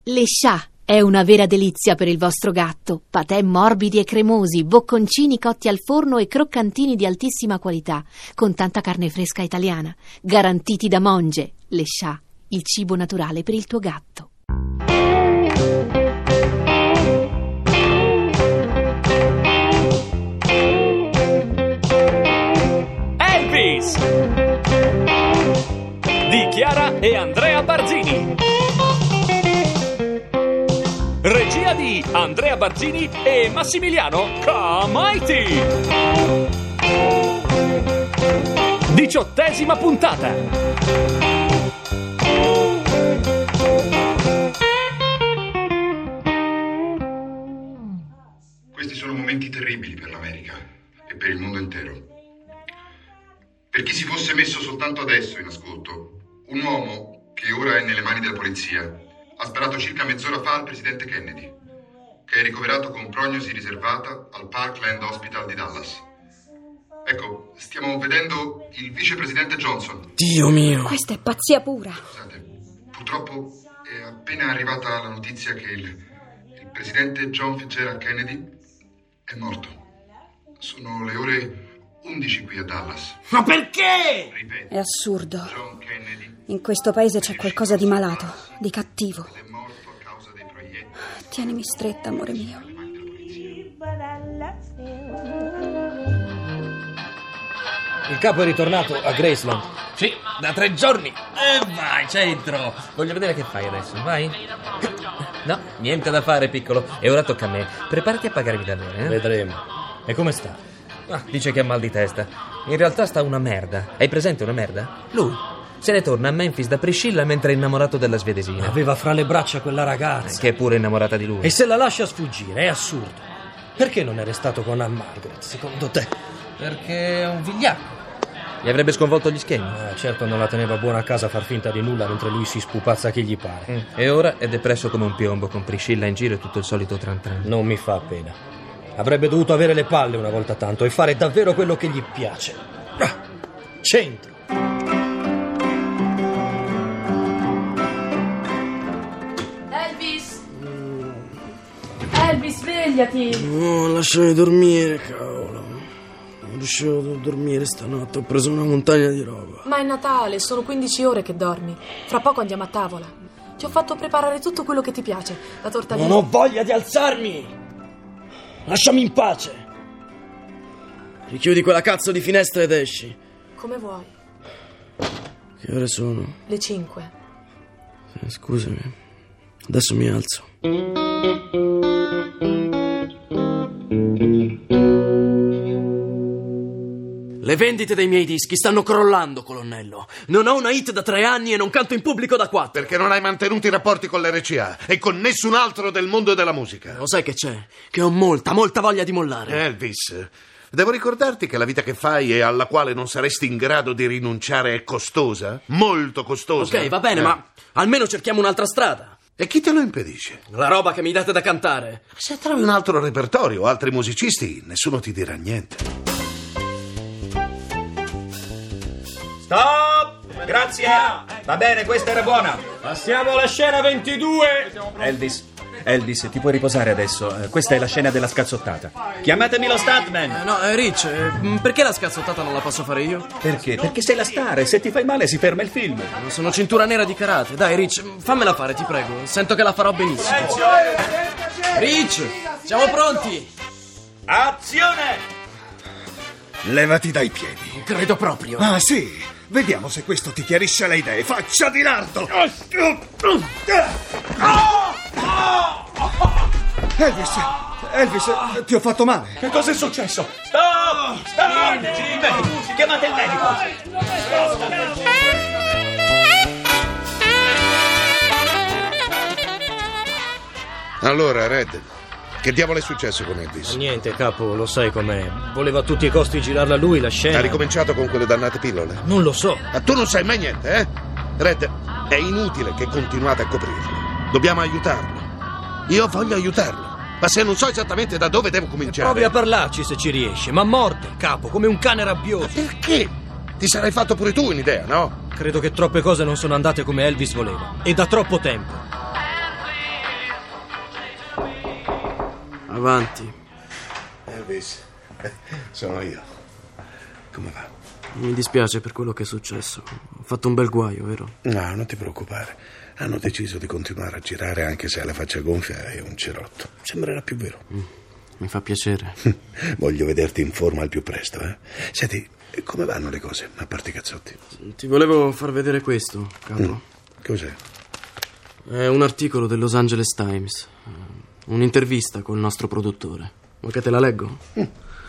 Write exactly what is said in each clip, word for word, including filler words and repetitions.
Le Chat è una vera delizia per il vostro gatto. Patè morbidi e cremosi, bocconcini cotti al forno e croccantini di altissima qualità, con tanta carne fresca italiana, garantiti da Monge. Le Chat, il cibo naturale per il tuo gatto. Elvis di Chiara e Andrea Barzini. Regia di Andrea Barzini e Massimiliano Comaiti. Diciottesima puntata. Questi sono momenti terribili per l'America e per il mondo intero. Per chi si fosse messo soltanto adesso in ascolto, un uomo che ora è nelle mani della polizia ha sparato circa mezz'ora fa al presidente Kennedy, che è ricoverato con prognosi riservata al Parkland Hospital di Dallas. Ecco, stiamo vedendo il vicepresidente Johnson. Dio mio! Questa è pazzia pura. Scusate, purtroppo è appena arrivata la notizia che il, il presidente John Fitzgerald Kennedy è morto. Sono le ore undici qui a Dallas. Ma perché? Ripeto, È assurdo. John Kennedy In questo paese c'è qualcosa di malato, di cattivo. è morto a causa dei proiettili. Tienimi stretta, amore mio. Il capo è ritornato a Graceland. Sì, da tre giorni. E vai, c'entro. Voglio vedere che fai adesso, vai. No, niente da fare, piccolo. E ora tocca a me. Preparati a pagarmi da bene, eh? Vedremo. E come sta? Ah, dice che ha mal di testa. In realtà sta una merda. Hai presente una merda? Lui. Se ne torna a Memphis da Priscilla mentre è innamorato della svedesina. Aveva fra le braccia quella ragazza. Che è pure innamorata di lui. E se la lascia sfuggire, è assurdo. Perché non è restato con Ann Margaret, secondo te? Perché è un vigliacco. Gli avrebbe sconvolto gli schemi. Eh, certo non la teneva buona a casa a far finta di nulla mentre lui si spupazza che gli pare. Mm. E ora è depresso come un piombo, con Priscilla in giro e tutto il solito tran tran. Non mi fa pena. Avrebbe dovuto avere le palle una volta tanto e fare davvero quello che gli piace. Ah, centro. Elvis! Elvis, svegliati! No, lasciami dormire, cavolo. Non riuscivo a dormire stanotte, ho preso una montagna di roba. Ma è Natale, sono quindici ore che dormi. Fra poco andiamo a tavola. Ti ho fatto preparare tutto quello che ti piace. La torta di... Non ho voglia di alzarmi! Lasciami in pace! Richiudi quella cazzo di finestra ed esci. Come vuoi. Che ore sono? Le cinque. Eh, scusami, adesso mi alzo. Le vendite dei miei dischi stanno crollando, colonnello. Non ho una hit da tre anni e non canto in pubblico da quattro. Perché non hai mantenuto i rapporti con l'R C A e con nessun altro del mondo della musica. Lo sai che c'è? Che ho molta, molta voglia di mollare. Elvis, devo ricordarti che la vita che fai e alla quale non saresti in grado di rinunciare è costosa, molto costosa. Ok, va bene, Eh. ma almeno cerchiamo un'altra strada. E chi te lo impedisce? La roba che mi date da cantare. Se trovi un altro repertorio, altri musicisti, nessuno ti dirà niente. Stop! Grazie! Va bene, questa era buona. Passiamo alla scena ventidue. Elvis, Elvis, ti puoi riposare adesso. Eh, Questa è la scena della scazzottata. Chiamatemi lo stuntman. No, eh, Rich, eh, perché la scazzottata non la posso fare io? Perché? Perché sei la star e se ti fai male si ferma il film. Non sono cintura nera di karate. Dai, Rich, fammela fare, ti prego. Sento che la farò benissimo. Rich, siamo pronti. Azione! Levati dai piedi. Non credo proprio. Ah, sì? Vediamo se questo ti chiarisce le idee. Faccia di nardo! Elvis, Elvis, ti ho fatto male. Che cosa è successo? Stop! Stop! Medico! Chiamate il medico! Allora, Red, che diavolo è successo con Elvis? Niente, capo, lo sai com'è. Voleva a tutti i costi girarla lui la scena. Ha ricominciato con quelle dannate pillole? Non lo so. Ma tu non sai mai niente, eh? Red, è inutile che continuate a coprirlo. Dobbiamo aiutarlo. Io voglio aiutarlo. Ma se non so esattamente da dove devo cominciare... Provi a parlarci se ci riesce, ma morte, capo, come un cane rabbioso. Perché? Ti sarai fatto pure tu un'idea, no? Credo che troppe cose non sono andate come Elvis voleva. E da troppo tempo. Avanti. Elvis, sono io. Come va? Mi dispiace per quello che è successo. Ho fatto un bel guaio, vero? No, non ti preoccupare. Hanno deciso di continuare a girare anche se alla faccia gonfia e un cerotto. Sembrerà più vero. Mm, mi fa piacere. Voglio vederti in forma al più presto, eh? Senti, come vanno le cose, a parte i cazzotti? Ti volevo far vedere questo, capo. Mm, cos'è? È un articolo del Los Angeles Times. Un'intervista col nostro produttore. Vuoi che te la leggo? Mm.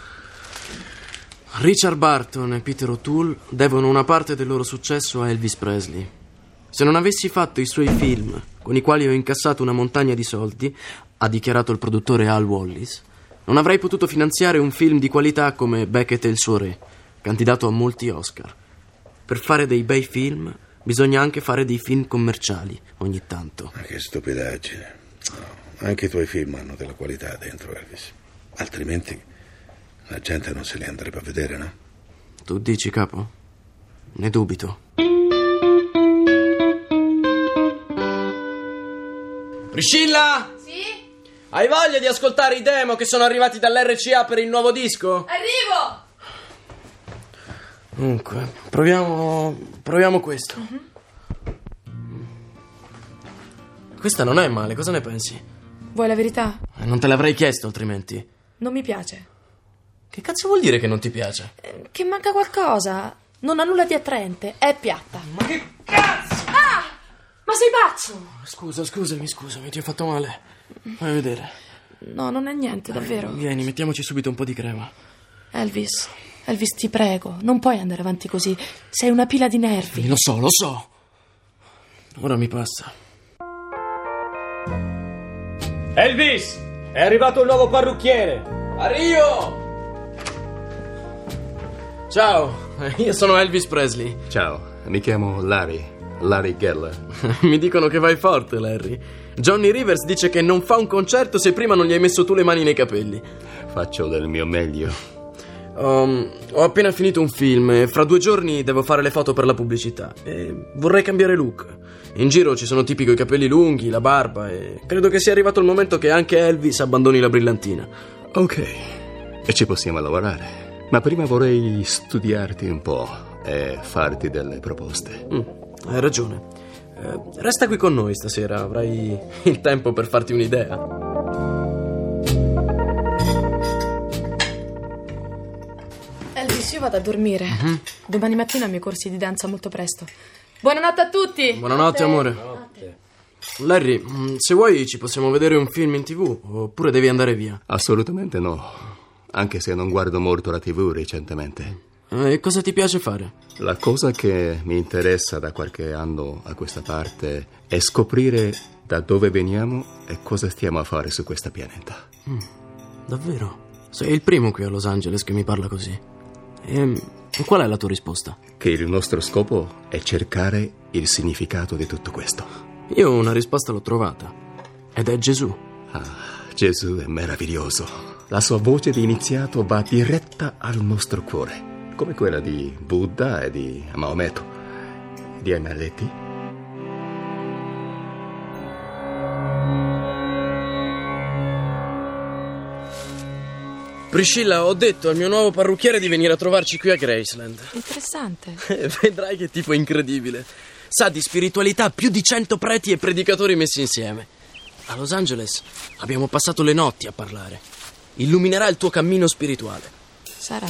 Richard Burton e Peter O'Toole devono una parte del loro successo a Elvis Presley. Se non avessi fatto i suoi film, con i quali ho incassato una montagna di soldi, ha dichiarato il produttore Al Wallis, non avrei potuto finanziare un film di qualità come Beckett e il suo re, candidato a molti Oscar. Per fare dei bei film bisogna anche fare dei film commerciali ogni tanto. Ma che stupidaggine. No, anche i tuoi film hanno della qualità dentro, Elvis. Altrimenti la gente non se li andrebbe a vedere, no? Tu dici, capo? Ne dubito. Priscilla! Sì? Hai voglia di ascoltare i demo che sono arrivati dall'R C A per il nuovo disco? Arrivo! Dunque, proviamo. proviamo questo. Uh-huh. Questa non è male, cosa ne pensi? Vuoi la verità? Eh, non te l'avrei chiesto altrimenti. Non mi piace. Che cazzo vuol dire che non ti piace? Eh, che manca qualcosa. Non ha nulla di attraente, è piatta. Ma che cazzo? Ah! Ma sei pazzo? Scusa, scusami, scusami, ti ho fatto male. Fai a vedere. No, non è niente, davvero. Vieni, mettiamoci subito un po' di crema. Elvis, Elvis, ti prego, non puoi andare avanti così. Sei una pila di nervi. Lo so, lo so. Ora mi passa. Elvis, è arrivato il nuovo parrucchiere. Arrivo! Ciao, io sono Elvis Presley. Ciao, mi chiamo Larry, Larry Geller. Mi dicono che vai forte, Larry. Johnny Rivers dice che non fa un concerto se prima non gli hai messo tu le mani nei capelli. Faccio del mio meglio. Um, ho appena finito un film e fra due giorni devo fare le foto per la pubblicità e vorrei cambiare look. In giro ci sono tipi coi capelli lunghi, la barba e credo che sia arrivato il momento che anche Elvis abbandoni la brillantina. Ok, e ci possiamo lavorare. Ma prima vorrei studiarti un po' e farti delle proposte. Mm, hai ragione. Eh, resta qui con noi stasera, avrai il tempo per farti un'idea. Elvis, io vado a dormire. Uh-huh. Domani mattina ho i miei corsi di danza molto presto. Buonanotte a tutti. Buonanotte, amore. Buonanotte. Larry, se vuoi ci possiamo vedere un film in tv oppure devi andare via? Assolutamente no. Anche se non guardo molto la tivù recentemente. E cosa ti piace fare? La cosa che mi interessa da qualche anno a questa parte è scoprire da dove veniamo e cosa stiamo a fare su questo pianeta. Mm, davvero? Sei il primo qui a Los Angeles che mi parla così. E, e qual è la tua risposta? Che il nostro scopo è cercare il significato di tutto questo. Io una risposta l'ho trovata. Ed è Gesù. Ah, Gesù è meraviglioso. La sua voce di iniziato va diretta al nostro cuore, come quella di Buddha e di Maometto. Li hai mai letti? Priscilla, ho detto al mio nuovo parrucchiere di venire a trovarci qui a Graceland. Interessante. Vedrai che tipo incredibile. Sa di spiritualità più di cento preti e predicatori messi insieme. A Los Angeles abbiamo passato le notti a parlare. Illuminerà il tuo cammino spirituale. Sarà.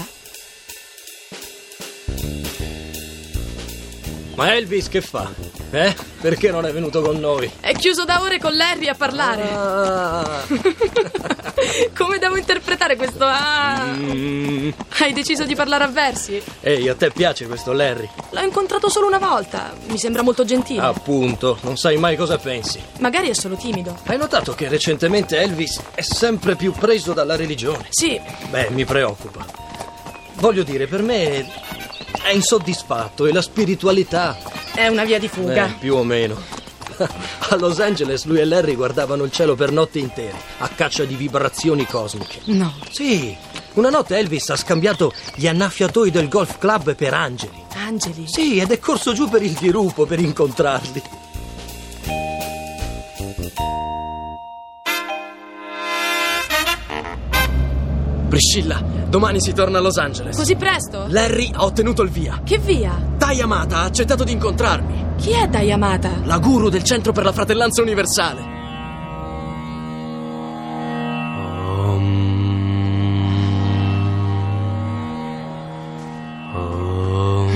Ma Elvis che fa? Eh? Perché non è venuto con noi? È chiuso da ore con Larry a parlare. Ah. Come devo interpretare questo ah? Mm. Hai deciso di parlare a versi? Ehi, a te piace questo Larry? L'ho incontrato solo una volta. Mi sembra molto gentile. Appunto, non sai mai cosa pensi. Magari è solo timido. Hai notato che recentemente Elvis è sempre più preso dalla religione? Sì. Beh, mi preoccupa. Voglio dire, per me è insoddisfatto e la spiritualità è una via di fuga. Eh, più o meno. A Los Angeles lui e Larry guardavano il cielo per notti intere, a caccia di vibrazioni cosmiche. No. Sì, una notte Elvis ha scambiato gli annaffiatoi del golf club per angeli. Angeli? Sì, ed è corso giù per il dirupo per incontrarli. Priscilla, domani si torna a Los Angeles. Così presto? Larry ha ottenuto il via. Che via? Tai Yamata ha accettato di incontrarmi. Chi è Tai Yamata? La guru del Centro per la Fratellanza Universale. Um... Um...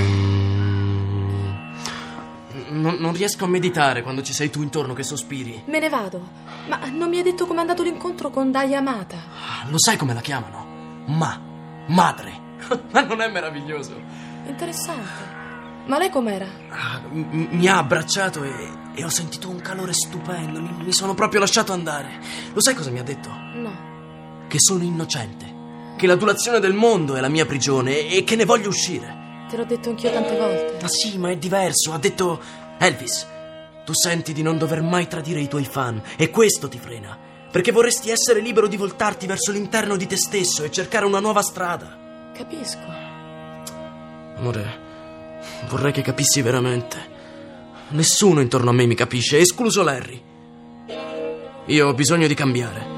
Non, non riesco a meditare quando ci sei tu intorno che sospiri. Me ne vado. Ma non mi hai detto com'è andato l'incontro con Tai Yamata? Lo sai come la chiamano? Ma, madre. Ma non è meraviglioso? Interessante. Ma lei com'era? Ah, m- mi ha abbracciato e, e ho sentito un calore stupendo. Mi, mi sono proprio lasciato andare. Lo sai cosa mi ha detto? No. Che sono innocente. Che l'adulazione del mondo è la mia prigione e, e che ne voglio uscire. Te l'ho detto anch'io tante volte. Ma sì, ma è diverso. Ha detto: Elvis, tu senti di non dover mai tradire i tuoi fan e questo ti frena. Perché vorresti essere libero di voltarti verso l'interno di te stesso e cercare una nuova strada. Capisco. Amore, vorrei che capissi veramente. Nessuno intorno a me mi capisce, escluso Larry. Io ho bisogno di cambiare.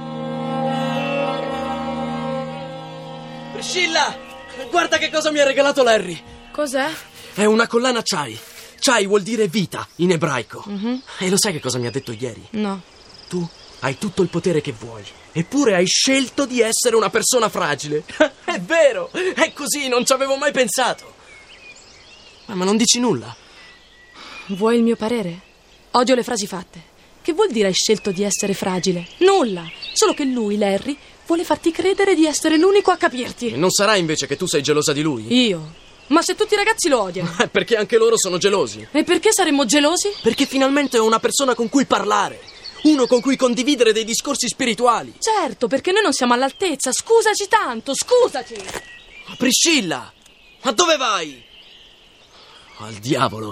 Priscilla, guarda che cosa mi ha regalato Larry. Cos'è? È una collana Chai. Chai vuol dire vita in ebraico. Mm-hmm. E lo sai che cosa mi ha detto ieri? No. Tu hai tutto il potere che vuoi, eppure hai scelto di essere una persona fragile. È vero, è così, non ci avevo mai pensato. Ma, ma non dici nulla? Vuoi il mio parere? Odio le frasi fatte. Che vuol dire hai scelto di essere fragile? Nulla, solo che lui, Larry, vuole farti credere di essere l'unico a capirti. E non sarà invece che tu sei gelosa di lui? Io? Ma se tutti i ragazzi lo odiano. Perché anche loro sono gelosi. E perché saremmo gelosi? Perché finalmente ho una persona con cui parlare. Uno con cui condividere dei discorsi spirituali. Certo, perché noi non siamo all'altezza. Scusaci tanto, scusaci. Priscilla, ma dove vai? Al diavolo.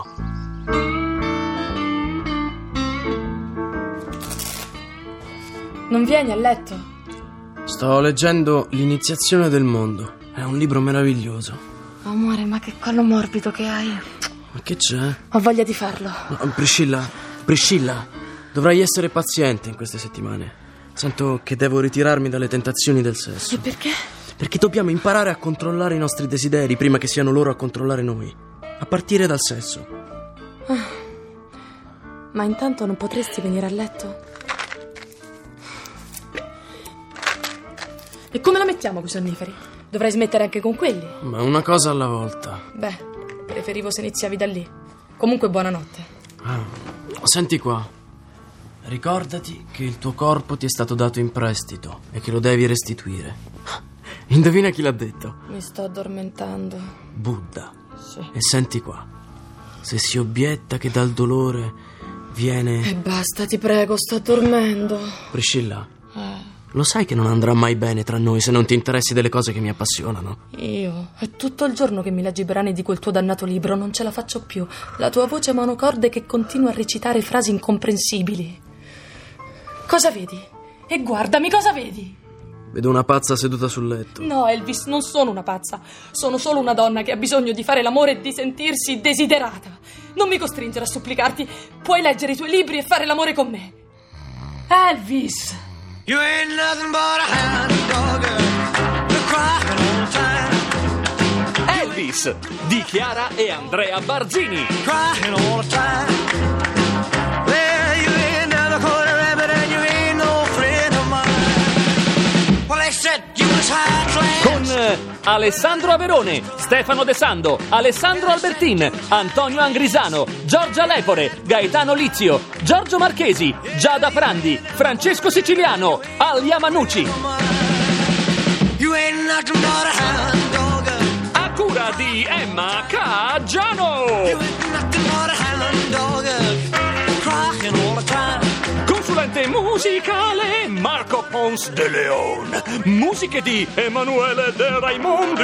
Non vieni a letto? Sto leggendo L'iniziazione del mondo. È un libro meraviglioso. Amore, ma che collo morbido che hai. Ma che c'è? Ho voglia di farlo. No, Priscilla, Priscilla, dovrai essere paziente in queste settimane. Sento che devo ritirarmi dalle tentazioni del sesso. E perché? Perché dobbiamo imparare a controllare i nostri desideri prima che siano loro a controllare noi. A partire dal sesso. Ah. Ma intanto non potresti venire a letto? E come la mettiamo con i sonniferi? Dovrei smettere anche con quelli. Ma una cosa alla volta. Beh, preferivo se iniziavi da lì. Comunque buonanotte. Ah, senti qua. Ricordati che il tuo corpo ti è stato dato in prestito e che lo devi restituire. Indovina chi l'ha detto? Mi sto addormentando. Buddha. Sì. E senti qua. Se si obietta che dal dolore viene... E basta, ti prego, sto dormendo. Priscilla, Eh. lo sai che non andrà mai bene tra noi se non ti interessi delle cose che mi appassionano? Io? È tutto il giorno che mi leggi i brani di quel tuo dannato libro, non ce la faccio più. La tua voce monocorde che continua a recitare frasi incomprensibili. Cosa vedi? E guardami, cosa vedi? Vedo una pazza seduta sul letto. No, Elvis, non sono una pazza. Sono solo una donna che ha bisogno di fare l'amore e di sentirsi desiderata. Non mi costringere a supplicarti. Puoi leggere i tuoi libri e fare l'amore con me. Elvis! You ain't nothing but a hound dog, you're crying all the time. Elvis di Chiara e Andrea Barzini. Crying all the time. Well, you ain't never caught a rabbit and you ain't no friend of mine. Well, they said you was high class. Con eh, Alessandro Averone, Stefano De Sando, Alessandro Albertin, Antonio Angrisano, Giorgia Lepore, Gaetano Lizio, Giorgio Marchesi, Giada Prandi, Francesco Siciliano, Alia Manucci. You ain't nothing but a hound dog. A cura di Emma Caggiano. You ain't nothing but a hound dog, crying all the time. Consulente musicale Marco Pons de Leon. Musiche di Emanuele De Raimondi.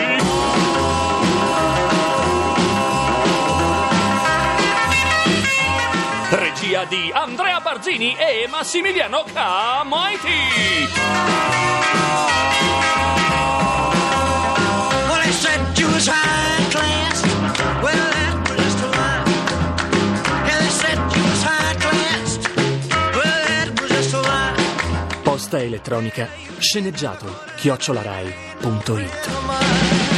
Regia di Andrea Barzini e Massimiliano Camaiti. Well, they said you was high class. Well, that was just a lie. Yeah, they said you was high class. Well, that was just a lie. Post Posta elettronica sceneggiato chiocciola rai punto it.